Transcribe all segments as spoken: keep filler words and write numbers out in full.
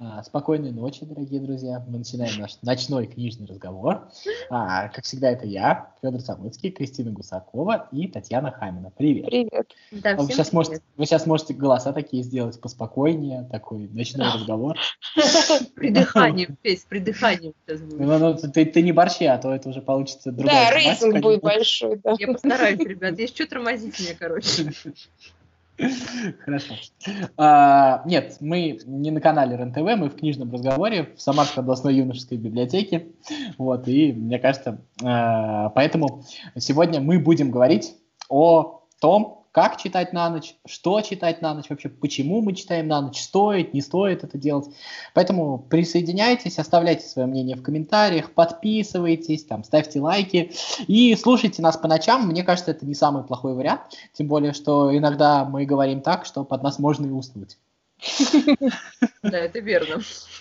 А, Спокойной ночи, дорогие друзья. Мы начинаем наш ночной книжный разговор. А, как всегда, это я, Федор Самыцкий, Кристина Гусакова и Татьяна Хамина. Привет. Привет. Да, вы, сейчас можете, вы сейчас можете голоса такие сделать поспокойнее, такой ночной разговор. При дыхании, Фесь, при дыхании сейчас будет. Ну, ну, ты, ты не борщи, а то это уже получится другая Да, рейтинг будет большой, да. Я постараюсь, ребят. Есть что тормозить меня, короче. Хорошо. А, нет, мы не на канале РЕН-ТВ, мы в книжном разговоре в Самарской областной юношеской библиотеке. Вот, и мне кажется, а, поэтому сегодня мы будем говорить о том, как читать на ночь, что читать на ночь, вообще почему мы читаем на ночь, стоит, не стоит это делать. Поэтому присоединяйтесь, оставляйте свое мнение в комментариях, подписывайтесь, там, ставьте лайки и слушайте нас по ночам. Мне кажется, это не самый плохой вариант, тем более, что иногда мы говорим так, что под нас можно и уснуть. Да, это верно.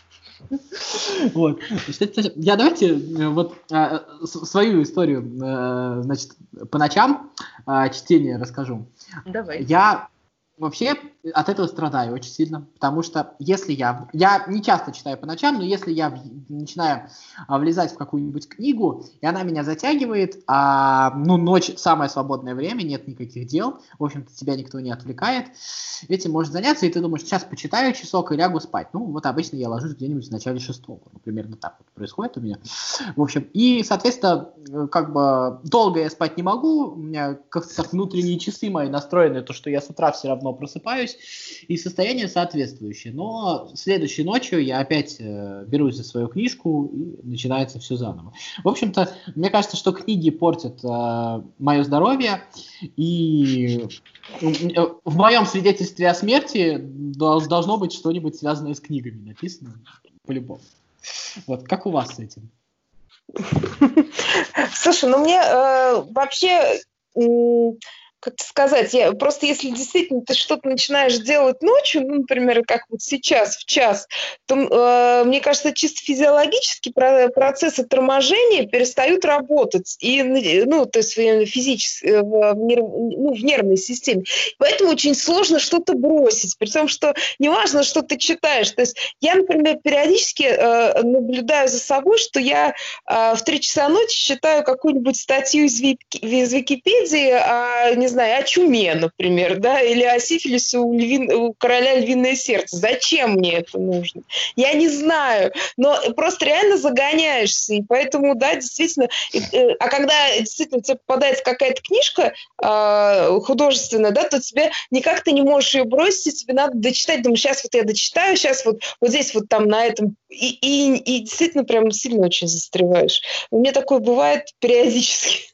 Вот. Я давайте вот а, свою историю, а, значит, по ночам а, чтения расскажу. Давай. Я вообще от этого страдаю очень сильно, потому что если я... Я не часто читаю по ночам, но если я в, начинаю а, влезать в какую-нибудь книгу, и она меня затягивает, а ну, ночь самое свободное время, нет никаких дел, в общем-то, тебя никто не отвлекает, этим можно заняться, и ты думаешь, сейчас почитаю часок и лягу спать. Ну, вот обычно я ложусь где-нибудь в начале шестого, ну, примерно так вот происходит у меня. В общем, и, соответственно, как бы долго я спать не могу, у меня как-то так внутренние часы мои настроены, то, что я с утра все равно просыпаюсь, и состояние соответствующее. Но следующей ночью я опять э, берусь за свою книжку, и начинается все заново. В общем-то, мне кажется, что книги портят э, мое здоровье, и в моем свидетельстве о смерти должно быть что-нибудь связанное с книгами написано, по-любому. Вот, как у вас с этим? Слушай, ну мне э, вообще... Э, как сказать, я, просто если действительно ты что-то начинаешь делать ночью, ну, например, как вот сейчас, в час, то, э, мне кажется, чисто физиологически процессы торможения перестают работать, и, ну, то есть физически, в, нерв, ну, в нервной системе. Поэтому очень сложно что-то бросить, при том, что неважно, что ты читаешь. То есть я, например, периодически э, наблюдаю за собой, что я э, в три часа ночи читаю какую-нибудь статью из, Вики, из Википедии, а, не знаю, о чуме, например, да, или о сифилисе у, львин, у короля львиное сердце. Зачем мне это нужно? Я не знаю, но просто реально загоняешься, и поэтому, да, действительно, а когда действительно тебе попадается какая-то книжка э, художественная, да, то тебе никак ты не можешь ее бросить, тебе надо дочитать, думаю, сейчас вот я дочитаю, сейчас вот, вот здесь вот там на этом, и, и, и действительно прям сильно очень застреваешь. У меня такое бывает периодически.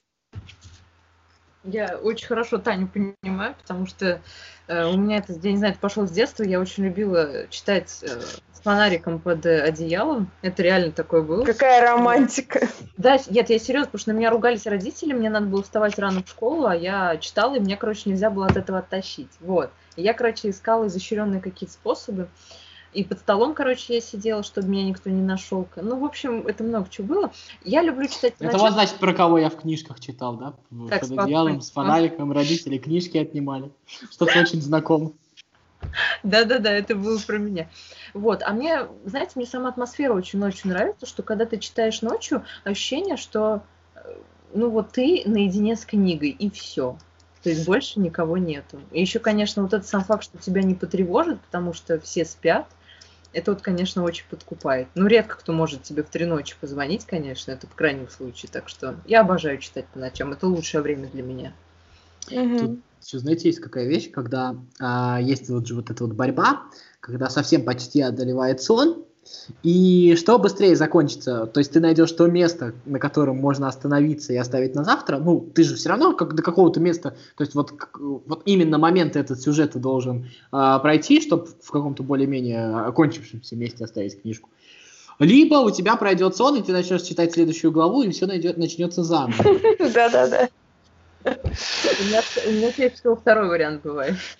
Я очень хорошо Таню понимаю, потому что э, у меня это, я не знаю, это пошло с детства. Я очень любила читать э, с фонариком под э, одеялом. Это реально такое было. Какая романтика. Да, нет, я серьезно, потому что на меня ругались родители, мне надо было вставать рано в школу, а я читала, и мне, короче, нельзя было от этого оттащить. Вот. И я, короче, искала изощренные какие-то способы. И под столом, короче, я сидела, чтобы меня никто не нашел. Ну, в общем, это много чего было. Я люблю читать... Это вот, значит, про кого я в книжках читал, да? Так, под одеялом, с фонариком, родители книжки отнимали. Что-то очень знакомо. Да-да-да, это было про меня. Вот, а мне, знаете, мне сама атмосфера очень ночью нравится, что когда ты читаешь ночью, ощущение, что, ну, вот ты наедине с книгой, и все. То есть больше никого нету. И еще, конечно, вот этот сам факт, что тебя не потревожит, потому что все спят, это вот, конечно, очень подкупает. Ну, редко кто может тебе в три ночи позвонить, конечно, это в крайнем случае. Так что я обожаю читать по ночам. Это лучшее время для меня. Тут еще, знаете, есть какая вещь, когда а, есть вот же вот эта вот борьба, когда совсем почти одолевает сон, и что быстрее закончится, то есть ты найдешь то место, на котором можно остановиться и оставить на завтра, ну, ты же все равно как до какого-то места, то есть вот, вот именно момент этот сюжета должен а, пройти, чтобы в каком-то более-менее окончившемся месте оставить книжку. Либо у тебя пройдет сон, и ты начнешь читать следующую главу, и все найдет, начнется заново. Да-да-да. У меня чаще всего второй вариант бывает.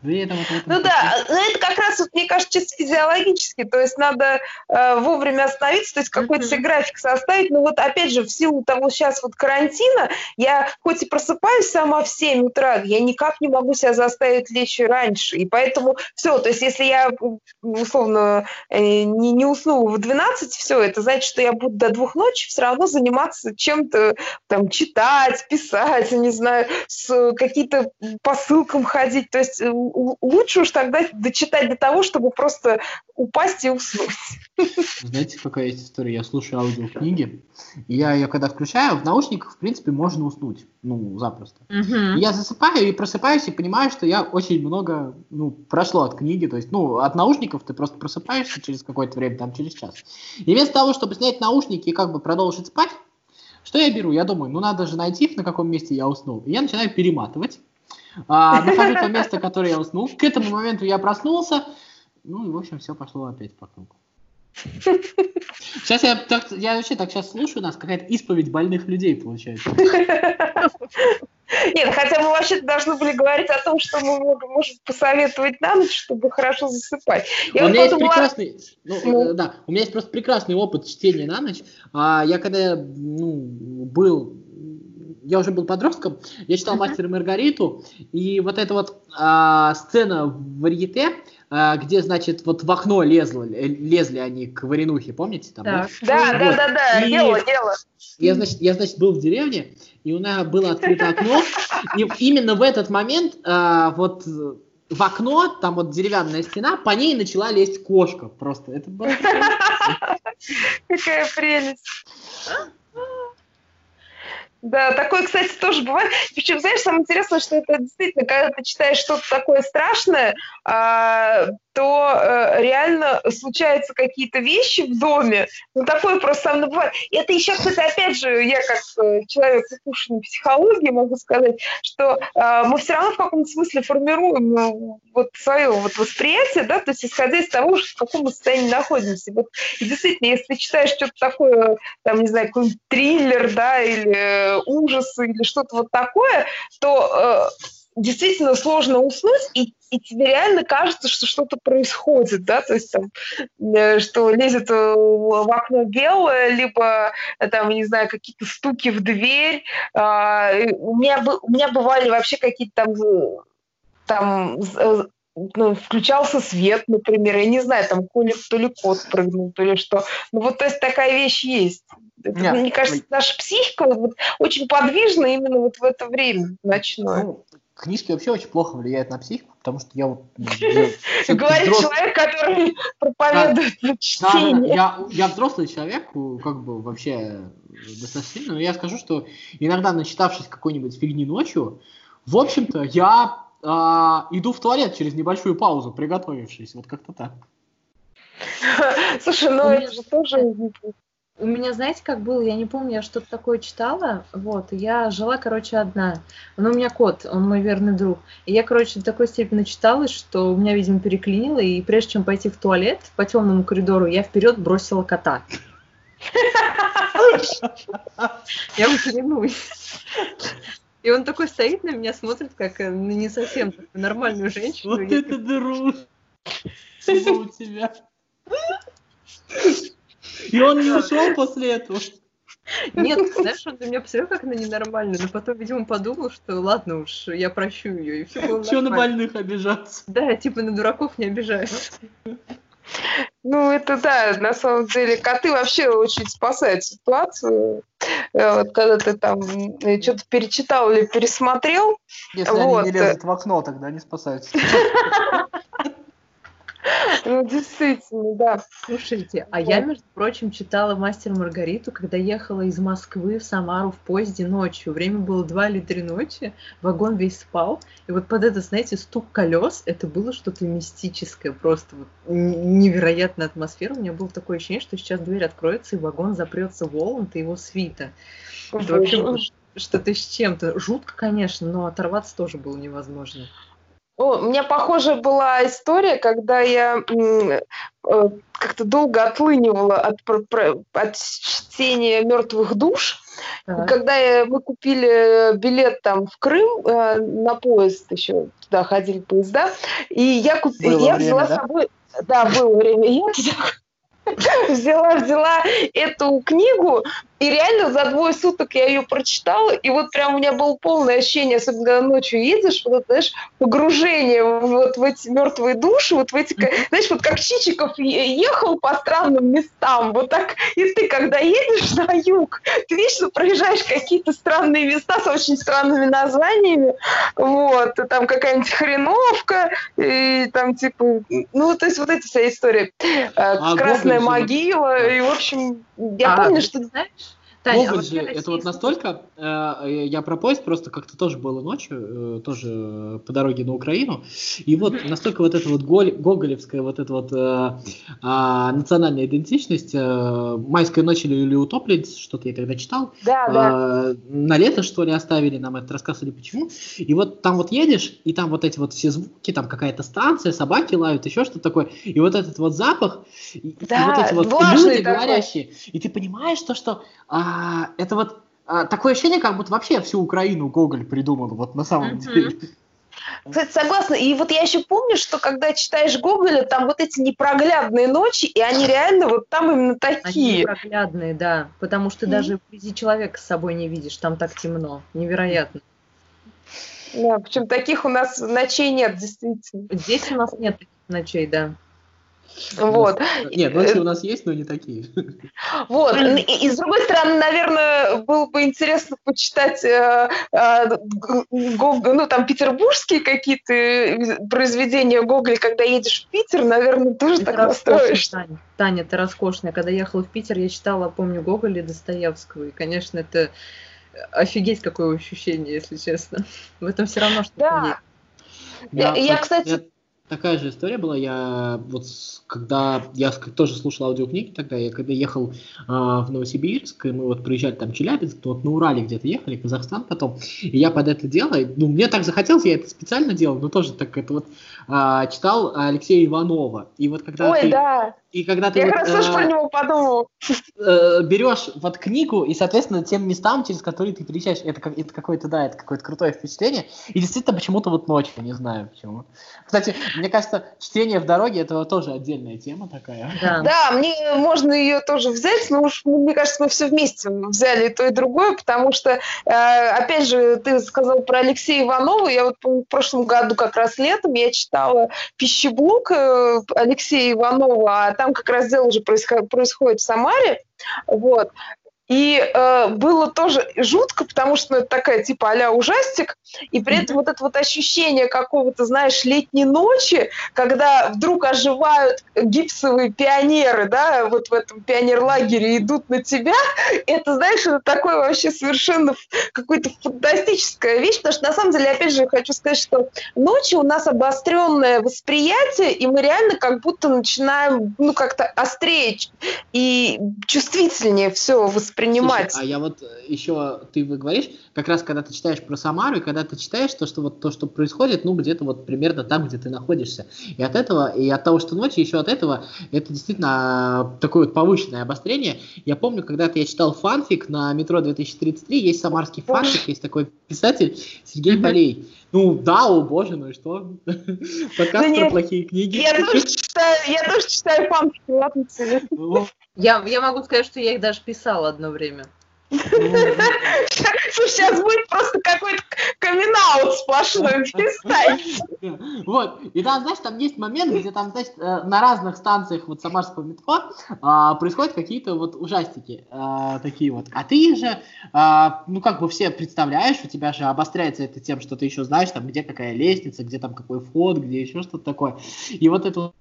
При этом это, это Ну да, но это как раз, вот, мне кажется, чисто физиологически, то есть надо э, вовремя остановиться, то есть какой-то себе график составить, но вот опять же в силу того сейчас вот карантина, я хоть и просыпаюсь сама в семь утра, я никак не могу себя заставить лечь раньше, и поэтому все, то есть если я условно э, не, не усну в двенадцать, все, это значит, что я буду до двух ночи все равно заниматься чем-то, там, читать, писать, я не знаю, с какие-то по ссылкам ходить, то есть лучше уж тогда дочитать до того, чтобы просто упасть и уснуть. Знаете, какая есть история? Я слушаю аудиокниги, и я ее когда включаю, в наушниках, в принципе, можно уснуть. Ну, запросто. Мгм. И я засыпаю и просыпаюсь, и понимаю, что я очень много, ну, прошло от книги. То есть, ну, от наушников ты просто просыпаешься через какое-то время, там, через час. И вместо того, чтобы снять наушники и как бы продолжить спать, что я беру? Я думаю, ну, надо же найти, на каком месте я уснул. И я начинаю перематывать. А, нахожу то место, которое я уснул. К этому моменту я проснулся. Ну и, в общем, все пошло опять по кругу. Сейчас я, так, я вообще так сейчас слушаю нас, какая-то исповедь больных людей получается. Нет, хотя мы вообще должны были говорить о том, что мы можем посоветовать на ночь, чтобы хорошо засыпать. Я у вот меня есть подумала... прекрасный, ну, Ну. э, да, у меня есть просто прекрасный опыт чтения на ночь. А, я когда ну, был, я уже был подростком, я читал «Мастера и Маргариту», и вот эта вот а, сцена в варьете, а, где, значит, вот в окно лезли, лезли они к варенухе, помните? Там, Так. Да, да, Вот. да, да, И- дело, дело. Я, значит, я, значит, был в деревне, и у меня было открыто окно, и именно в этот момент а, вот в окно, там вот деревянная стена, по ней начала лезть кошка просто. Это было... Какая прелесть. Да, такое, кстати, тоже бывает. Причем, знаешь, самое интересное, что это действительно, когда ты читаешь что-то такое страшное, а, то а, реально случаются какие-то вещи в доме. Ну, такое просто со мной бывает. И это еще, кстати, опять же, я как человек с укушенной психологией могу сказать, что а, мы все равно в каком-то смысле формируем ну, вот свое вот восприятие, да, то есть исходя из того, в каком мы состоянии находимся. Вот, и действительно, если ты читаешь что-то такое, там, не знаю, какой-нибудь триллер, да, или ужасы, или что-то вот такое, то э, действительно сложно уснуть, и, и тебе реально кажется, что что-то происходит, да, то есть там, э, что лезет э, в окно белое, либо э, там, не знаю, какие-то стуки в дверь. Э, у меня, у меня бывали вообще какие-то там, там э, ну, включался свет, например, я не знаю, там то ли, то ли кот прыгнул, то ли что. Ну вот, то есть такая вещь есть. Это, Нет. мне кажется, наша психика вот, очень подвижна именно вот в это время ночное. Ну, книжки вообще очень плохо влияют на психику, потому что я вот... ну, я всё-таки Говорит взрос- человек, который проповедует Да, да, да, чтение. я, я взрослый человек, как бы вообще достаточно сильно, но я скажу, что иногда, начитавшись какой-нибудь фигни ночью, в общем-то, я а, иду в туалет через небольшую паузу, приготовившись, вот как-то так. Слушай, ну У это меня- же тоже... У меня, знаете, как было? Я не помню, я что-то такое читала. Вот, и я жила, короче, одна. Но у меня кот, он мой верный друг. И я, короче, до такой степени читалась, что у меня, видимо, переклинило. И прежде чем пойти в туалет по темному коридору, я вперед бросила кота. Я вам клянусь. И он такой стоит на меня, смотрит, как на не совсем такую нормальную женщину. Вот Я это дружба у тебя. И он не ушел после этого. Нет, знаешь, он на меня посмотрел как на ненормальную, но потом, видимо, подумал, что ладно уж, я прощу ее, и все было Чего на нормально. больных обижаться? Да, типа на дураков не обижаюсь. Ну, это да, на самом деле, коты вообще очень спасают ситуацию. Э, Вот, когда ты там э, что-то перечитал или пересмотрел. Если Вот. они не лезут в окно, тогда не спасаются. Ну, действительно, да. Слушайте, а я, между прочим, читала «Мастера и Маргариту», когда ехала из Москвы в Самару в поезде ночью. Время было два или три ночи, вагон весь спал. И вот под это, знаете, стук колес, это было что-то мистическое, просто вот н- невероятная атмосфера. У меня было такое ощущение, что сейчас дверь откроется, и вагон запрется Воланд и его свита. Это вообще было ш- что-то с чем-то. Жутко, конечно, но оторваться тоже было невозможно. О, у меня похожая была история, когда я м, э, как-то долго отлынивала от, про- про- от чтения «Мертвых душ». Так. Когда я- мы купили билет там в Крым э, на поезд, еще туда ходили поезда, и я, куп- Было я время, взяла с да? собой... Да, было время. Я взяла, взяла эту книгу, и реально за двое суток я ее прочитала, и вот прям у меня было полное ощущение, особенно когда ночью едешь, вот это, знаешь, погружение вот в эти мертвые души, вот в эти, знаешь, вот как Чичиков ехал по странным местам, вот так и ты, когда едешь на юг, ты вечно проезжаешь какие-то странные места с очень странными названиями, вот, и там какая-нибудь хреновка, и там типа, ну, то есть вот эти вся история. А Красная Гоголь же вот... могила, да. и, в общем, я А, помню, ты что... знаешь, Таня, а Гоголь вообще же, это вот российский... настолько, э, я про поезд просто как-то тоже было ночью, э, тоже по дороге на Украину, и вот настолько вот эта вот голь, гоголевская вот эта вот э, а, национальная идентичность, э, «Майская ночь» или, или «Утопленница», что-то я тогда читал, Да, э, да. на лето, что ли, оставили нам этот рассказ или почему, и вот там вот едешь, и там вот эти вот все звуки, там какая-то станция, собаки лают, еще что-то такое, и вот этот вот запах, и, и вот Да, эти вот влажный люди такой. говорящие, и ты понимаешь то, что а, это вот а, такое ощущение, как будто вообще всю Украину Гоголь придумал, вот на самом Мгм. деле. Кстати, согласна. И вот я еще помню, что когда читаешь Гоголя, там вот эти непроглядные ночи, и они реально вот там именно Они такие. непроглядные, да, потому что Мгм. даже вблизи человека с собой не видишь, там так темно, невероятно. Да, причем таких у нас ночей нет, действительно. Здесь у нас нет таких ночей, да. У нас- Вот. Нет, ночи у нас есть, но не такие. Вот. И, и с другой стороны, наверное, было бы интересно почитать э, э, Г- Гог- ну, там, петербургские какие-то э, произведения Гоголя, когда едешь в Питер, наверное, тоже Это так роскошно, настроишься. Таня. Таня, это роскошно. Когда я ехала в Питер, я читала, помню, Гоголя и Достоевского. И, конечно, это офигеть какое ощущение, если честно. В этом все равно что-то Да. есть. Я, Я, я, вот- кстати, я- такая же история была. Я вот с- когда я с- тоже слушал аудиокниги тогда, я когда ехал а, в Новосибирск, и мы вот проезжали там Челябинск, то вот на Урале где-то ехали, Казахстан потом, и я под это дело, ну мне так захотелось, я это специально делал, но тоже так это вот а, читал Алексея Иванова, и вот когда ой, ты да. и когда ты Я вот как раз тоже про а, него подумала. э, берешь вот книгу и, соответственно, тем местам, через которые ты переезжаешь, это, как, это какое-то, да, это какое-то крутое впечатление. И действительно, почему-то вот ночью, не знаю почему. Кстати, мне кажется, чтение в дороге это вот тоже отдельная тема такая. Да. Да, мне можно ее тоже взять, но уж, ну, мне кажется, мы все вместе взяли и то, и другое, потому что, э, опять же, ты сказал про Алексея Иванова, я вот помню, в прошлом году как раз летом я читала «Пищеблок» э, Алексея Иванова, а там как раз дело уже происход- происходит в Самаре, вот. И э, было тоже жутко, потому что ну, это такая типа а-ля ужастик, и при этом вот это вот ощущение какого-то, знаешь, летней ночи, когда вдруг оживают гипсовые пионеры, да, вот в этом пионерлагере идут на тебя, это, знаешь, это такое вообще совершенно какая-то фантастическая вещь, потому что на самом деле, опять же, хочу сказать, что ночью у нас обостренное восприятие, и мы реально как будто начинаем, ну, как-то острее и чувствительнее все воспринимать. Слушай, а я вот еще, ты говоришь, как раз когда ты читаешь про Самару, и когда ты читаешь то, что вот то, что происходит, ну, где-то вот примерно там, где ты находишься. И от этого, и от того, что ночью, еще от этого, это действительно такое вот повышенное обострение. Я помню, когда-то я читал фанфик на метро две тысячи тридцать три, есть самарский фанфик, есть такой писатель Сергей Полей. Ну, да, о боже, ну и что? Подкаст про плохие книги. Я тоже читаю, я тоже читаю фанфики, ладно тебе. Я, я могу сказать, что я их даже писала одно время. Слушай, сейчас будет просто какой-то камин-аут сплошной, перестань. Вот, и там, знаешь, там есть момент, где там, значит, на разных станциях вот самарского метро а, происходят какие-то вот ужастики а, такие вот. А ты же, а, ну, как бы все представляешь, у тебя же обостряется это тем, что ты еще знаешь, там, где какая лестница, где там какой вход, где еще что-то такое. И вот это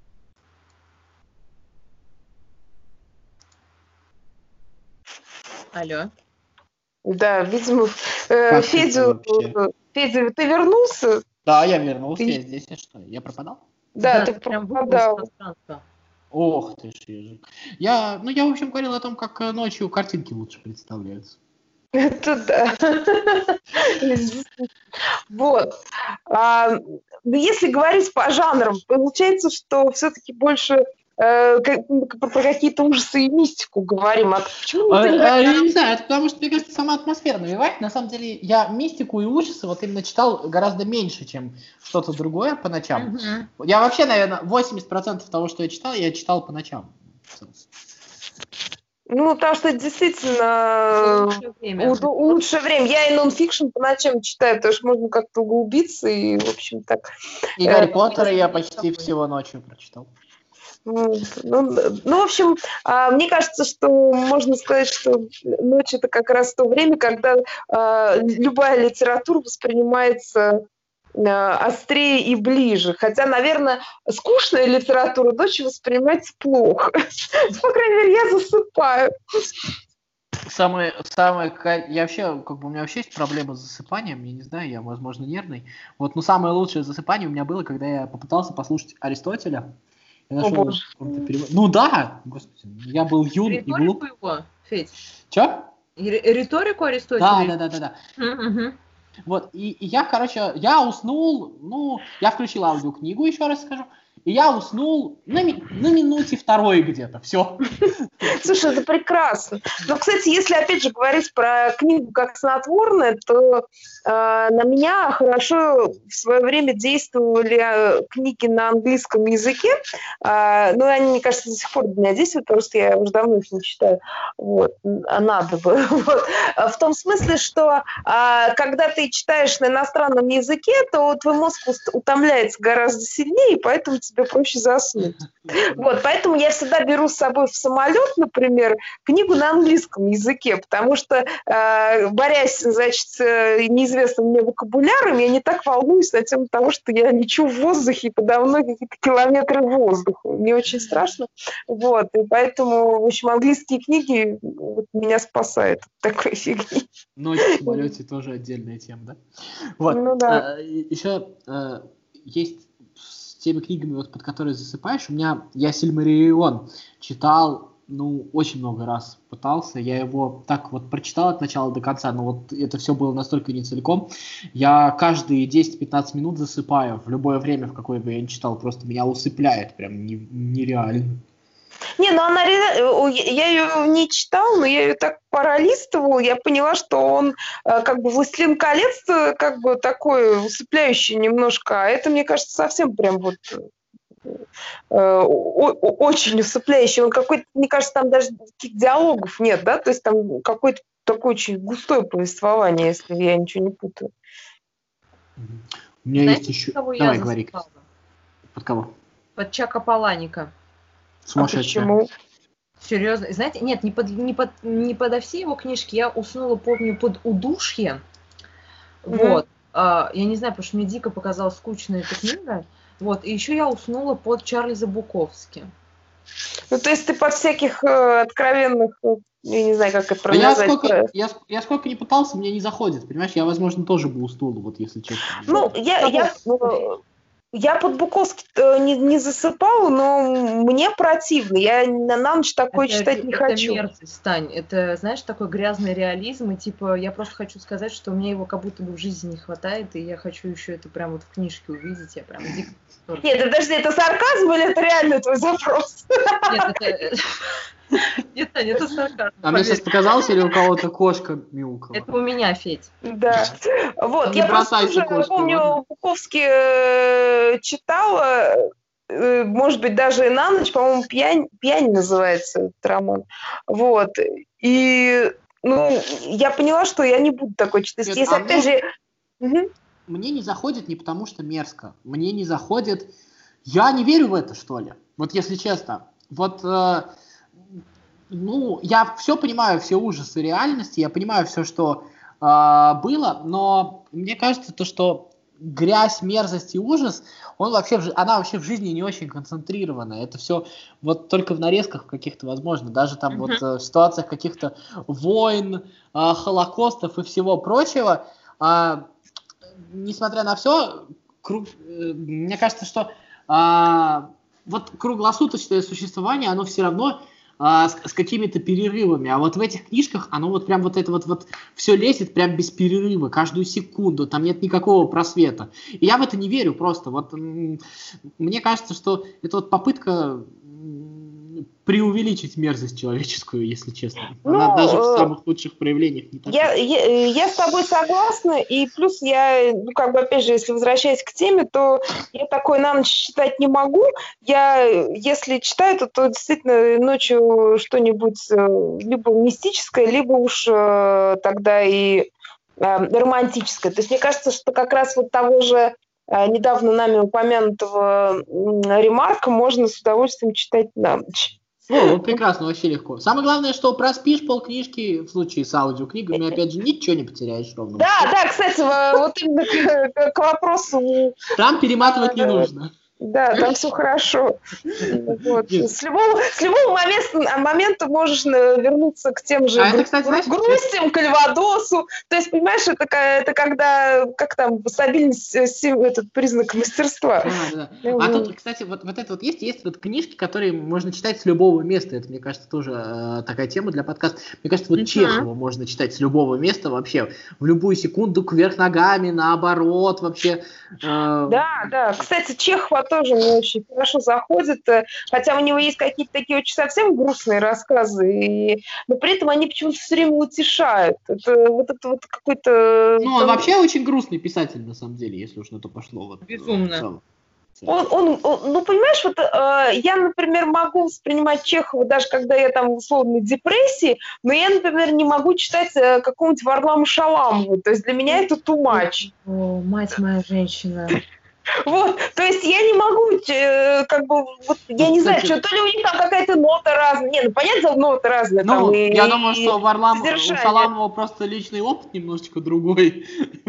Алло. Да, видимо, э, Федю, Федя, ты вернулся? Да, я вернулся, ты... я здесь, и что, я пропадал? Да, да ты прям пропадал. Ох ты ж, ежик. Я, ну, я, в общем, говорил о том, как ночью картинки лучше представляются. Это да. Вот. А, ну, если говорить по жанрам, получается, что все-таки больше э, как- про какие-то ужасы и мистику говорим. А почему А, это не а, говорим? Я не знаю, это потому что, мне кажется, сама атмосфера навевает. На самом деле, я мистику и ужасы вот именно читал гораздо меньше, чем что-то другое по ночам. Мгм. Я вообще, наверное, восемьдесят процентов того, что я читал, я читал по ночам. Ну, потому что это действительно Лучшее время. уд- лучшее время. Я и нонфикшн по ночам читаю, потому что можно как-то углубиться и, в общем, так. И Э, Гарри Поттера я с почти тобой. всего ночью прочитал. Ну, ну, ну, в общем, а, мне кажется, что можно сказать, что ночь это как раз то время, когда а, любая литература воспринимается а, острее и ближе. Хотя, наверное, скучная литература ночью воспринимается плохо. По крайней мере, я засыпаю. Самое, самое, ка- я вообще, как бы у меня вообще есть проблема с засыпанием, я не знаю, я, возможно, нервный. Вот, но самое лучшее засыпание у меня было, когда я попытался послушать Аристотеля. Я О, нашел боже. какой-то перевод. Ну да, господи, я был юн и глуп. Риторику его, Федь? Чё? Ри- Риторику Да, Аристотеля? да, да, да, да. Мгм. Вот, и, и я, короче, я уснул, ну, я включил аудиокнигу, еще раз скажу, и я уснул на, ми- на минуте второй где-то, все. Слушай, это прекрасно. Но, кстати, если опять же говорить про книгу как снотворное, то э, на меня хорошо в свое время действовали э, книги на английском языке. Э, ну, они, мне кажется, до сих пор на меня действуют, потому что я уже давно их не читаю. Вот. А надо бы. Вот. В том смысле, что э, когда ты читаешь на иностранном языке, то твой мозг уст- утомляется гораздо сильнее, и поэтому тебе проще заснуть. Вот, поэтому я всегда беру с собой в самолет, например, книгу на английском языке, потому что, э, борясь, значит, с э, неизвестным мне вокабуляром, я не так волнуюсь на тему того, что я лечу в воздухе и подо мной какие-то километры воздуха. Мне очень страшно. Вот, и поэтому, в общем, английские книги вот, меня спасают от такой фигни. Ночь в самолете тоже отдельная тема, да? Вот. Ну да. А, и- еще а, есть с теми книгами, вот, под которые засыпаешь. У меня я Сильмариллион читал, ну, очень много раз пытался. Я его так вот прочитал от начала до конца, но вот это все было настолько не целиком. Я каждые десять-пятнадцать минут засыпаю в любое время, в какое бы я ни читал. Просто меня усыпляет прям не- нереально. Не, ну она реально, я ее не читала, но я ее так пролистывала, я поняла, что он э, как бы «Властелин колец», э, как бы такой усыпляющий немножко, а это, мне кажется, совсем прям вот э, о- о- очень усыпляющий. Он какой-то, мне кажется, там даже таких диалогов нет, да, то есть там какое-то такое очень густое повествование, если я ничего не путаю. Мгм. У меня Знаете, есть еще... под кого я Давай, говори. засыпала? Под кого? Под Чака Паланика. А Сумасшедшая. почему? Серьезно? Знаете, нет, не, под, не, под, не подо все его книжки. Я уснула, помню, под «Удушье». Мгм. Вот. А, я не знаю, потому что мне дико показалась скучная эта книга. Вот. И еще я уснула под Чарльза Буковски. Ну, то есть ты под всяких э, откровенных, э, я не знаю, как это А правильно я назвать. сколько, я, ск- я сколько не пытался, мне не заходит, понимаешь? Я, возможно, тоже бы уснул, вот если честно. Ну, я, я, э, я под Буковски э, не, не засыпала, но мне противно. Я на, на ночь такое Это, читать не это хочу. мерзость, Тань. Это, знаешь, такой грязный реализм. И типа, я просто хочу сказать, что мне его как будто бы в жизни не хватает, и я хочу еще это прям вот в книжке увидеть. Я прям дико... Нет, подожди, это сарказм или это реально твой запрос? Нет, это... Нет, Таня, это сарказм. А мне сейчас показалось, или у кого-то кошка мяукала? Это у меня, Федь. Да. Вот, Не я просто бросайся тоже кошкой, помню, ладно? Буковски э, читала, э, может быть, даже и на ночь, по-моему, «Пьянь», «Пьянь» называется этот роман. Вот. И, ну, я поняла, что я не буду такой читать. Нет, Если, а опять мне- же... Мгм. Мне не заходит не потому, что мерзко. Мне не заходит... Я не верю в это, что ли. Вот если честно. Вот, э, ну, я все понимаю, все ужасы реальности, я понимаю все, что э, было, но мне кажется, то, что грязь, мерзость и ужас, он вообще, в жи- она вообще в жизни не очень концентрирована. Это все вот только в нарезках каких-то, возможно, даже там Мгм. вот э, в ситуациях каких-то войн, э, холокостов и всего прочего. А, несмотря на все, круг, э, мне кажется, что а, вот круглосуточное существование, оно все равно а, с, с какими-то перерывами. А вот в этих книжках оно вот прям вот это вот, вот все лезет прям без перерыва, каждую секунду, там нет никакого просвета. И я в это не верю просто. Вот м- мне кажется, что это вот попытка преувеличить мерзость человеческую, если честно. Она Ну, даже в э, самых лучших проявлениях не такая. Я, я, я с тобой согласна, и плюс я, ну, как бы, опять же, если возвращаясь к теме, то я такой на ночь читать не могу. Я, если читаю, то, то действительно ночью что-нибудь э, либо мистическое, либо уж э, тогда и э, романтическое. То есть мне кажется, что как раз вот того же э, недавно нами упомянутого м, Ремарка можно с удовольствием читать на ночь. О, вот прекрасно, вообще легко. Самое главное, что проспишь полкнижки, в случае с аудиокнигами, опять же, ничего не потеряешь ровно. Да, да, кстати, вот именно к, к вопросу. Там перематывать не нужно. Да, там все хорошо. Вот. С любого, с любого момента, момента можешь вернуться к тем же а гру- это, кстати, знаешь, грустям, кальвадосу. То есть, понимаешь, это, это когда, как там, стабильность, этот признак мастерства. Да, да. А тут, кстати, вот, вот это вот есть, есть вот книжки, которые можно читать с любого места. Это, мне кажется, тоже э, такая тема для подкаста. Мне кажется, вот uh-huh. Чехова можно читать с любого места вообще, в любую секунду, кверх ногами, наоборот, вообще. Э... Да, да. Кстати, Чехова тоже мне очень хорошо заходит, хотя у него есть какие-то такие очень совсем грустные рассказы, и... но при этом они почему-то все время утешают. Это вот это вот какой-то... Ну, он вообще очень грустный писатель, на самом деле, если уж на то пошло. Вот, безумно. Он, он, он, ну, понимаешь, вот э, я, например, могу воспринимать Чехова, даже когда я там в условной депрессии, но я, например, не могу читать э, какого-нибудь Варлама Шаламова. То есть для меня это too much. О, мать моя женщина. Вот, то есть я не могу, э, как бы, вот, я не знаю, что, то ли у них там какая-то нота разная. Не, ну, понятно, нота разная. Ну, там, и, я думаю, что у, Варлам, у Шаламова просто личный опыт немножечко другой.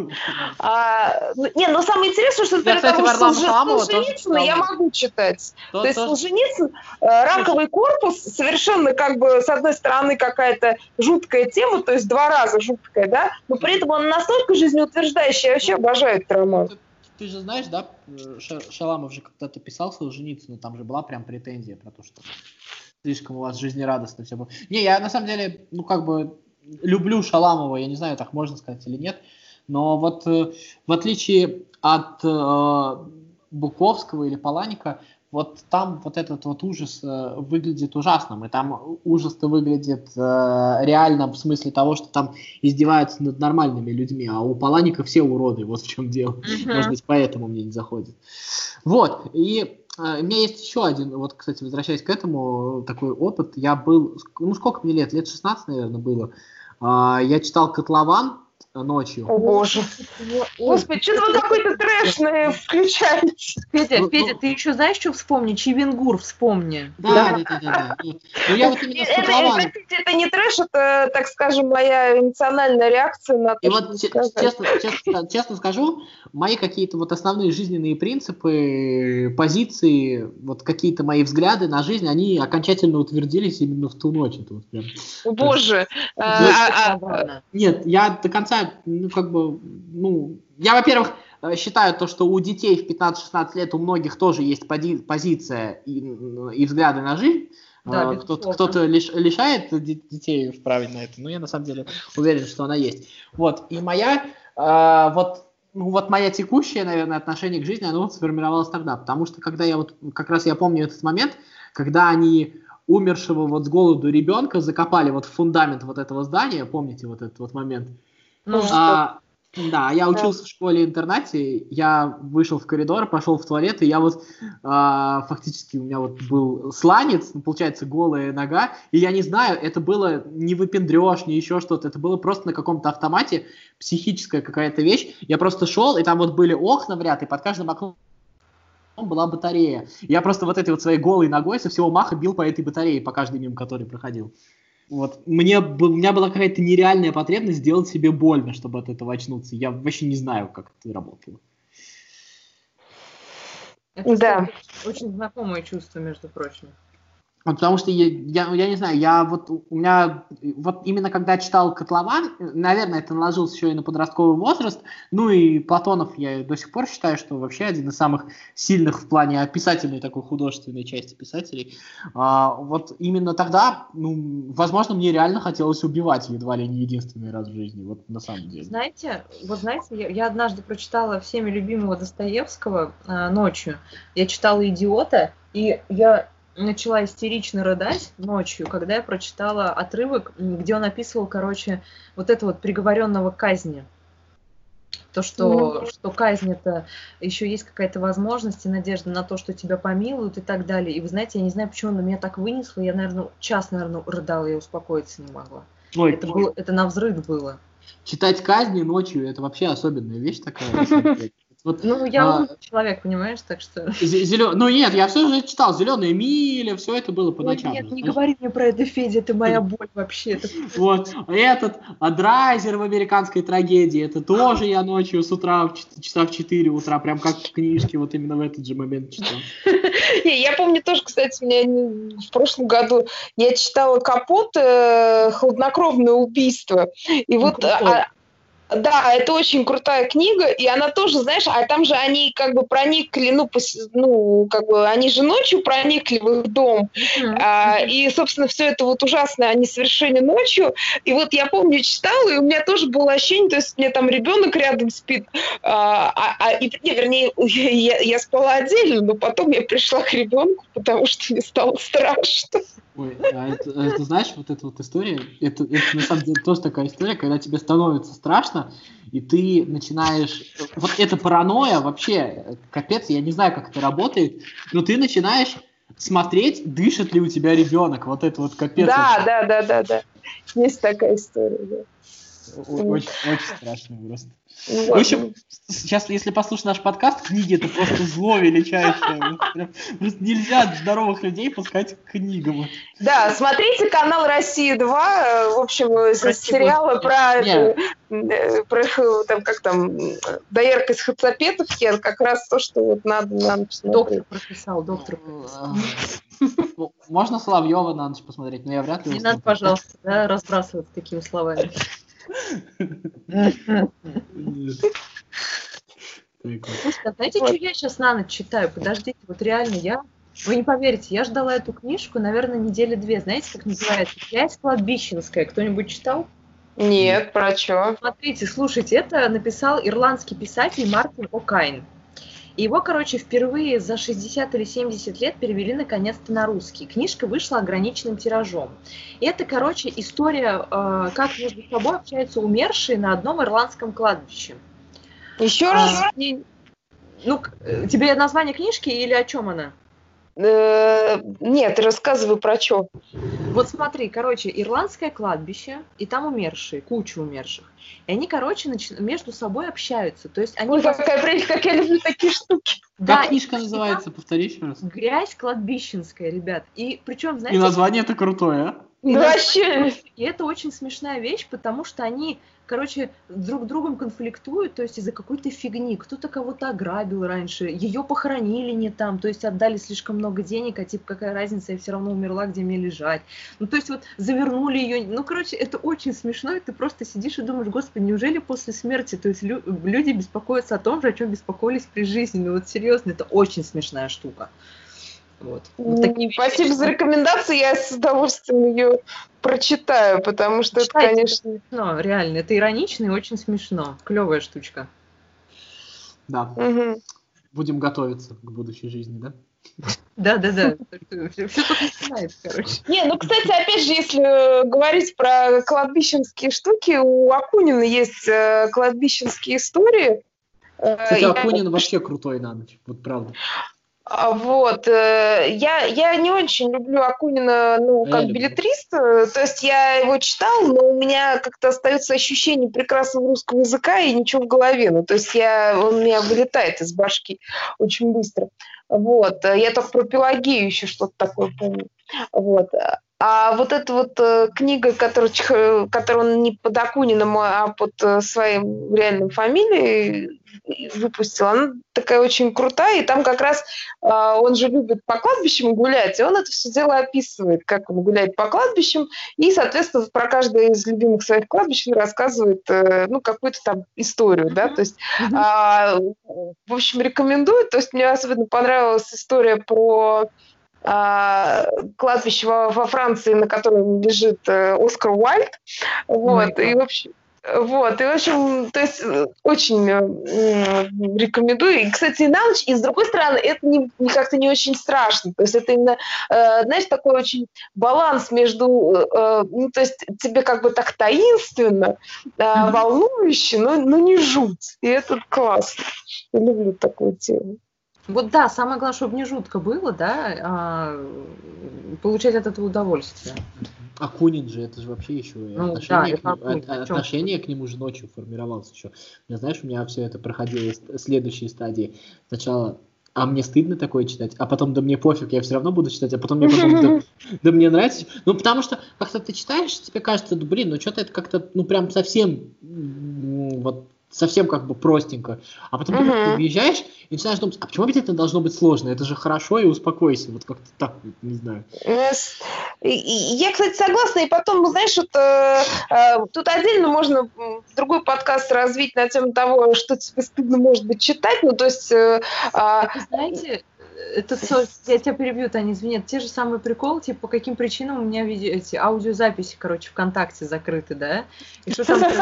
А, не, но самое интересное, что, например, я, кстати, того Солженицына я могу читать. То, то есть Солженицын, раковый корпус, совершенно как бы, с одной стороны, какая-то жуткая тема, то есть два раза жуткая, да, но при этом он настолько жизнеутверждающий, я вообще обожаю этот роман. Ты же знаешь, да, Шаламов же когда-то писал Солженицыну, там же была прям претензия про то, что слишком у вас жизнерадостно все было. Не, я на самом деле, ну как бы, люблю Шаламова, я не знаю, так можно сказать или нет, но вот э, в отличие от э, Буковского или Паланика, вот там вот этот вот ужас э, выглядит ужасным, и там ужас-то выглядит э, реально в смысле того, что там издеваются над нормальными людьми, а у Паланика все уроды, вот в чем дело. Uh-huh. Может быть, поэтому мне не заходит. Вот, и э, у меня есть еще один, вот, кстати, возвращаясь к этому, такой опыт. Я был, ну сколько мне лет? Лет шестнадцать, наверное, было. Э, я читал «Котлован» ночью. О, боже. Господи, что вы какой-то трэш включаете? Федя, ну, Федя, ну, ты еще знаешь, что вспомни? Чивенгур вспомни. Да, да, да, да, да. Ну, я вот именно с «Котлованом». Это, это не трэш, это, так скажем, моя эмоциональная реакция на то, И что вот честно, честно, честно скажу, мои какие-то вот основные жизненные принципы, позиции, вот какие-то мои взгляды на жизнь, они окончательно утвердились именно в ту ночь. Это вот прям, О, боже. Нет, я до конца, ну, как бы, ну, я, во-первых, считаю то, что у детей в пятнадцать-шестнадцать лет у многих тоже есть пози- позиция и, и взгляды на жизнь. Да, кто-то, кто-то лиш, лишает детей вправе на это, но я на самом деле уверен, что она есть. Вот, и моя, э, вот, ну, вот моя текущее, наверное, отношение к жизни, оно вот сформировалось тогда, потому что когда я вот, как раз я помню этот момент, когда они умершего вот с голоду ребенка закопали вот в фундамент вот этого здания, помните вот этот вот момент? Ну, а, да, я учился да. в школе-интернате, я вышел в коридор, пошел в туалет, и я вот а, фактически у меня вот был сланец, ну, получается, голая нога, и я не знаю, это было не выпендрёж, не еще что-то, это было просто на каком-то автомате, психическая какая-то вещь, я просто шел, и там вот были окна в ряд, и под каждым окном была батарея. Я просто вот этой вот своей голой ногой со всего маха бил по этой батарее, по каждой мимо которой проходил. Вот. Мне, у меня была какая-то нереальная потребность сделать себе больно, чтобы от этого очнуться. Я вообще не знаю, как это работало. Это да. очень знакомое чувство, между прочим. Вот потому что я, я, я не знаю, я вот у меня вот именно когда читал «Котлован», наверное, это наложилось еще и на подростковый возраст. Ну и Платонов я до сих пор считаю, что вообще один из самых сильных в плане описательной такой художественной части писателей. А, вот именно тогда, ну, возможно, мне реально хотелось убивать едва ли не единственный раз в жизни, вот на самом деле. Знаете, вот знаете, я, я однажды прочитала всеми любимого Достоевского а, ночью. Я читала «Идиота», и я начала истерично рыдать ночью, когда я прочитала отрывок, где он описывал, короче, вот это вот приговоренного к казни. То, что, mm-hmm. что казнь это еще есть какая-то возможность и надежда на то, что тебя помилуют и так далее. И вы знаете, я не знаю, почему на меня так вынесло. Я, наверное, час, наверное, рыдала, я успокоиться не могла. Ой, это, было, это навзрыд было. Читать казни ночью это вообще особенная вещь такая. Вот, ну, я а, умный человек, понимаешь, так что... Зелё... Ну, нет, я все же читал. «Зеленая миля», все это было по ночам. Нет, не говори мне про это, Федя, это моя боль вообще. Это... Вот, этот Драйзер в «Американской трагедии», это тоже я ночью с утра, часа в четыре утра, прям как в книжке, вот именно в этот же момент читал. Я помню тоже, кстати, меня в прошлом году я читала Капот «Хладнокровное убийство». И вот... Да, это очень крутая книга, и она тоже, знаешь, а там же они как бы проникли, ну, пос, ну как бы они же ночью проникли в их дом, mm-hmm. а, и, собственно, все это вот ужасное они совершили ночью, и вот я помню, читала, и у меня тоже было ощущение, то есть мне там ребенок рядом спит, а, а, а, и, не, вернее, я, я спала отдельно, но потом я пришла к ребенку, потому что мне стало страшно. Ой, а это, это, знаешь, вот эта вот история, это, это на самом деле тоже такая история, когда тебе становится страшно, и ты начинаешь, вот эта паранойя вообще, капец, я не знаю, как это работает, но ты начинаешь смотреть, дышит ли у тебя ребенок, вот это вот капец. Да, вообще. да, да, да, да, есть такая история, да. Очень, очень страшно просто. Вот. В общем, сейчас, если послушать наш подкаст, книги это просто зло величайшее. Просто нельзя здоровых людей пускать к книгам. Да, смотрите канал «Россия-два», в общем, сериалы про, про там, как там, доярка из Хацапетовки, как раз то, что вот надо на ночь смотреть. Доктор прописал, доктор прописал. Можно Соловьева на ночь посмотреть, но я вряд ли... Не надо, пожалуйста, да, разбрасываться такими словами. Слушайте, знаете, что я сейчас на ночь читаю? Подождите, вот реально я... Вы не поверите, я ждала эту книжку, наверное, недели две. Знаете, как называется? «Князь Кладбищенская». Кто-нибудь читал? Нет, про что? Смотрите, слушайте, это написал ирландский писатель Мартин О'Кайн. И его, короче, впервые за шестьдесят или семьдесят лет перевели наконец-то на русский. Книжка вышла ограниченным тиражом. И это, короче, история, э, как между собой общаются умершие на одном ирландском кладбище. Еще а, раз? Ну, тебе название книжки или о чем она? Нет, рассказывай про что. Вот смотри, короче, ирландское кладбище, и там умершие, куча умерших. И они, короче, нач... между собой общаются. То есть они... Ой, какая прелесть, как я люблю такие штуки. Да, как книжка называется? Повтори еще раз. «Грязь кладбищенская», ребят. И причем, знаете... И название-то крутое, а? И вообще. И это очень смешная вещь, потому что они, короче, друг с другом конфликтуют, то есть из-за какой-то фигни. Кто-то кого-то ограбил раньше, ее похоронили не там, то есть отдали слишком много денег, а типа какая разница, я все равно умерла, где мне лежать. Ну, то есть вот завернули ее. Ну, короче, это очень смешно, и ты просто сидишь и думаешь, господи, неужели после смерти, то есть лю- люди беспокоятся о том же, о чем беспокоились при жизни. Ну, вот серьезно, это очень смешная штука. Вот. Вот такие Спасибо вещи. За рекомендацию, я с удовольствием ее прочитаю, потому что Читайте, это, конечно... Ну, реально, это иронично и очень смешно. Клевая штучка. Да. Угу. Будем готовиться к будущей жизни, да? Да-да-да. Все только начинается, короче. Не, ну, кстати, опять же, если говорить про кладбищенские штуки, у Акунина есть кладбищенские истории. Кстати, Акунин вообще крутой на ночь, вот правда. Вот. Я, я не очень люблю Акунина, ну, как беллетриста, то есть я его читала, но у меня как-то остается ощущение прекрасного русского языка и ничего в голове, ну, то есть я, он у меня вылетает из башки очень быстро. Вот. Я только про Пелагею еще что-то такое помню. Вот. А вот эта вот э, книга, которую, чих- которую он не под Акуниным, а под э, своей реальной фамилией выпустил, она такая очень крутая, и там как раз э, он же любит по кладбищам гулять, и он это все дело описывает, как он гуляет по кладбищам, и, соответственно, про каждое из любимых своих кладбищ он рассказывает, э, ну, какую-то там историю, да, то есть, Мгм. а, в общем, рекомендую, то есть мне особенно понравилась история про а, кладбище во, во Франции, на котором лежит э, Оскар Уайльд. Вот, и, в общем, вот, и, в общем, то есть э, очень э, м, рекомендую. И, кстати, и на ночь, и с другой стороны, это не, не как-то не очень страшно. То есть это именно, э, знаешь, такой очень баланс между, э, ну, то есть тебе как бы так таинственно, э, Мгм. волнующе, но, но не жуть. И это классно. Я люблю такую тему. Вот да, самое главное, чтобы не жутко было, да, а получать от этого удовольствие. Акунин же, это же вообще еще и Ну да, отношение, к это нему, Акунин, от- о чём отношение к нему же ночью формировалось еще. Я, знаешь, у меня все это проходило из следующей стадии. Сначала, а мне стыдно такое читать, а потом, да мне пофиг, я все равно буду читать, а потом мне потом, да, да мне нравится. Ну, потому что как-то ты читаешь, тебе кажется, да блин, ну что-то это как-то, ну прям совсем, м, вот совсем как бы простенько. А потом ты как-то Мгм. въезжаешь и начинаешь думать, а почему обязательно должно быть сложно? Это же хорошо, и успокойся. Вот как-то так, вот, не знаю. Э, с- и- и- Я, кстати, согласна. И потом, ну, знаешь, вот, э, э, тут отдельно можно м, другой подкаст развить на тему того, что тебе стыдно, может быть, читать. Ну, то есть... э, а, Это, знаете, это со- я тебя перебью, Таня, извини, это те же самые приколы, типа, по каким причинам у меня видео, эти аудиозаписи, короче, ВКонтакте закрыты, да? И что там...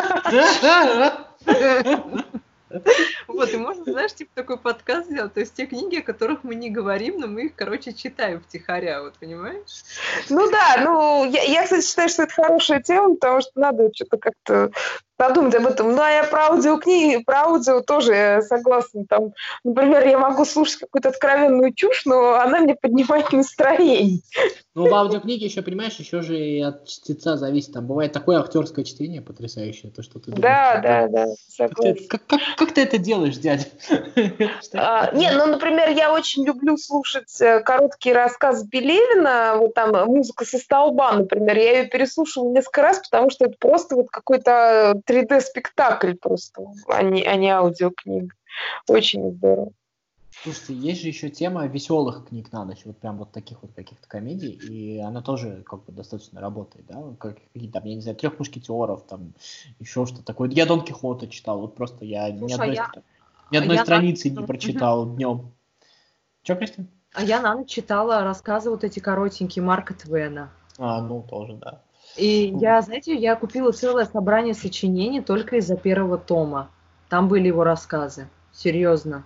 Вот, и можно, знаешь, типа такой подкаст сделать, то есть те книги, о которых мы не говорим, но мы их, короче, читаем втихаря, вот, понимаешь? Ну да, ну, я, я, кстати, считаю, что это хорошая тема, потому что надо что-то как-то подумать об этом. Ну, а я про аудиокниги, про аудио тоже я согласна. Там, например, я могу слушать какую-то откровенную чушь, но она мне поднимает настроение. Ну, в аудиокниге еще, понимаешь, еще же и от чтеца зависит. Там бывает такое актерское чтение потрясающее, то, что ты думаешь, Да, блин, да, да, как ты, это- согласна. как, как, как ты это делаешь, дядя? Это ж так А, не, интересно. ну, например, я очень люблю слушать э, короткие рассказы Пелевина, вот там э, «Музыка со столба», например. Я ее переслушивала несколько раз, потому что это просто вот какой-то три дэ-спектакль просто, а не, а не аудиокнига. Очень здорово. Слушайте, есть же еще тема веселых книг на ночь, вот прям вот таких вот каких-то комедий, и она тоже как бы достаточно работает, да, как, какие там, я не знаю, «Трех мушкетеров», там, еще что-то такое. Я «Дон Кихота» читал, вот просто я ни Слушай, а одной, я, стра- ни а одной я на страницы не ночь, мгм. прочитал днем. Че, Кристин? А я на ночь читала рассказы вот эти коротенькие Марка Твена. А, ну, тоже, да. И Ну, я, знаете, я купила целое собрание сочинений только из-за первого тома. Там были его рассказы. Серьезно.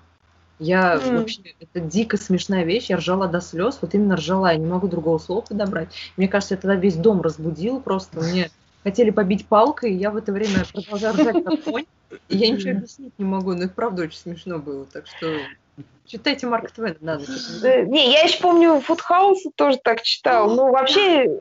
Я М. вообще, это дико смешная вещь, я ржала до слез, вот именно ржала, я не могу другого слова подобрать. Мне кажется, я тогда весь дом разбудила просто, мне хотели побить палкой, и я в это время продолжала ржать как конь, и я ничего объяснить не могу, но это правда очень смешно было, так что читайте Марка Твена на ночь. это Э, Не, я еще помню, Фудхауса тоже так читал. Ну, вообще,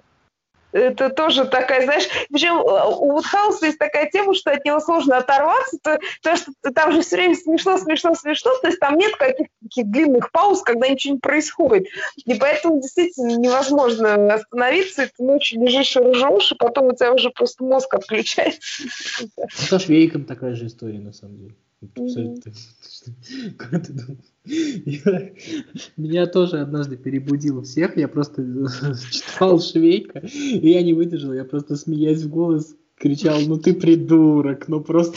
это тоже такая, знаешь, причем у Вудхауса есть такая тема, что от него сложно оторваться, то, то что там же все время смешно, смешно, смешно, то есть там нет каких-то таких длинных пауз, когда ничего не происходит. И поэтому действительно невозможно остановиться, и ты ночью лежишь и ржешь, и потом у тебя уже просто мозг отключается. со Швейком такая же история, на самом деле. Мгм. Абсолютно. Как ты думаешь? Я- Меня тоже однажды перебудил всех, я просто читал Швейка, и я не выдержал, я просто, смеясь в голос, кричал: ну ты придурок, ну просто...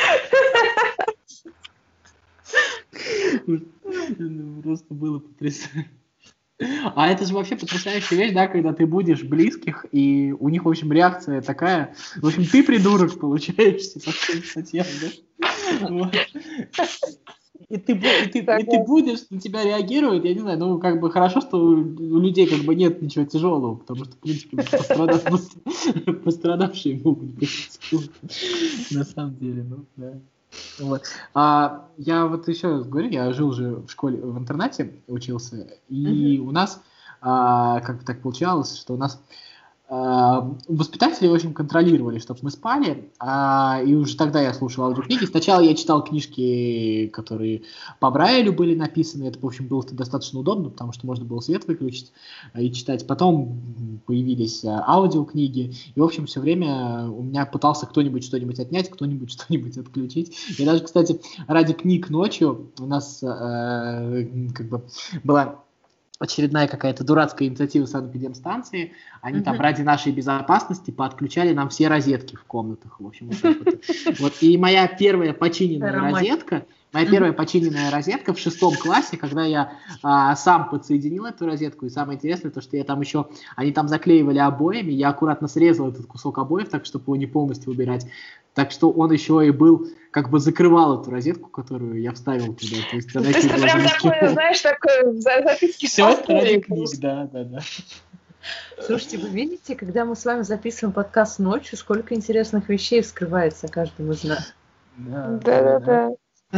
Ну, просто было потрясающе. А это же вообще потрясающая вещь, да, когда ты будешь близких, и у них, в общем, реакция такая, в общем, ты придурок получаешься по всем статьям, да? Вот. И ты, бу- и, ты, и ты Согласна. будешь, на тебя реагируют, я не знаю, ну, как бы хорошо, что у у людей как бы нет ничего тяжелого, потому что, в принципе, пострада- пострадавшие могут быть, на самом деле, ну, да. Вот. А я вот еще раз говорю, я жил же в школе, в интернате учился, и Мгм. у нас, а, как так получалось, что у нас воспитатели, в общем, контролировали, чтобы мы спали, а, и уже тогда я слушал аудиокниги. Сначала я читал книжки, которые по Брайлю были написаны, это, в общем, было достаточно удобно, потому что можно было свет выключить и читать. Потом появились аудиокниги, и, в общем, все время у меня пытался кто-нибудь что-нибудь отнять, кто-нибудь что-нибудь отключить. И даже, кстати, ради книг ночью у нас э, как бы была очередная какая-то дурацкая инициатива санэпидемстанции, они mm-hmm. там ради нашей безопасности поотключали нам все розетки в комнатах, в общем, вот так вот. Вот. И моя первая починенная розетка, моя первая починенная розетка в шестом классе, когда я а, сам подсоединил эту розетку, и самое интересное, то, что я там еще, они там заклеивали обоями, я аккуратно срезал этот кусок обоев, так, чтобы его не полностью убирать, так что он еще и был, как бы закрывал эту розетку, которую я вставил туда. То есть, То есть ты прям такой, знаешь, такой записки с ради книг, да, да, да. Слушайте, вы видите, когда мы с вами записываем подкаст ночью, сколько интересных вещей вскрывается каждому из нас. Да, да, да.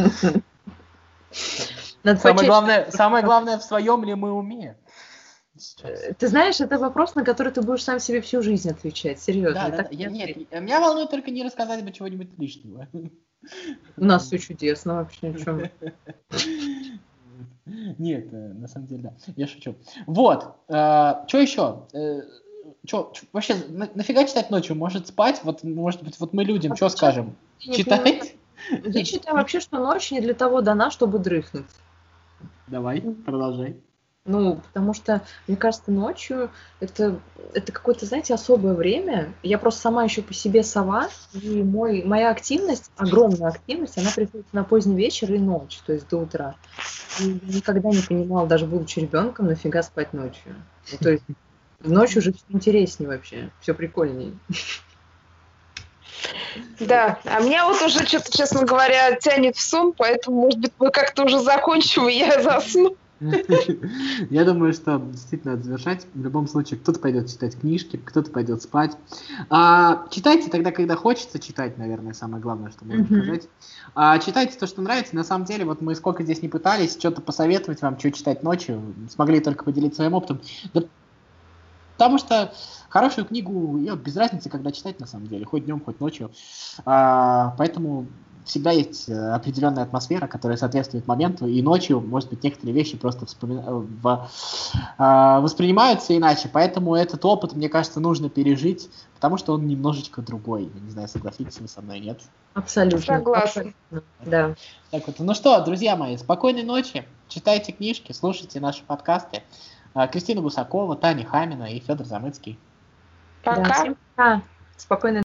Самое главное, самое главное, в своем ли мы уме. Ты знаешь, это вопрос, на который ты будешь сам себе всю жизнь отвечать, серьезно. Да, да, так, да. Я, нет, меня волнует только не рассказать бы чего-нибудь лишнего. У нас все чудесно вообще, о чем. Нет, на самом деле, да. Я шучу. Вот. Что еще? Чё, вообще, нафига читать ночью? Может спать? Вот, может быть, вот мы людям что скажем? Читать? Я считаю вообще, что ночь не для того дана, чтобы дрыхнуть. Давай, продолжай. Ну, потому что, мне кажется, ночью это, это какое-то, знаете, особое время. Я просто сама еще по себе сова, и мой, моя активность, огромная активность, она приходится на поздний вечер и ночь, то есть до утра. И никогда не понимала, даже будучи ребенком, нафига спать ночью. Ну, то есть ночью уже все интереснее вообще, все прикольнее. Да, а меня вот уже что-то, честно говоря, тянет в сон, поэтому, может быть, мы как-то уже закончим, и я засну. Я думаю, что действительно надо завершать. В любом случае, кто-то пойдет читать книжки, кто-то пойдет спать. А, читайте тогда, когда хочется читать, наверное, самое главное, что можно mm-hmm. сказать. А, читайте то, что нравится. На самом деле, вот мы сколько здесь не пытались что-то посоветовать вам, что читать ночью, смогли только поделиться своим опытом. Да, потому что хорошую книгу, ее без разницы, когда читать, на самом деле, хоть днем, хоть ночью. А, поэтому всегда есть определенная атмосфера, которая соответствует моменту, и ночью, может быть, некоторые вещи просто вспоми... в... э, воспринимаются иначе, поэтому этот опыт, мне кажется, нужно пережить, потому что он немножечко другой. Я не знаю, согласитесь вы со мной, нет? Абсолютно. Согласна. Да. Так вот, ну что, друзья мои, спокойной ночи, читайте книжки, слушайте наши подкасты. Кристина Гусакова, Таня Хамина и Федор Замыцкий. Пока. Да, спокойной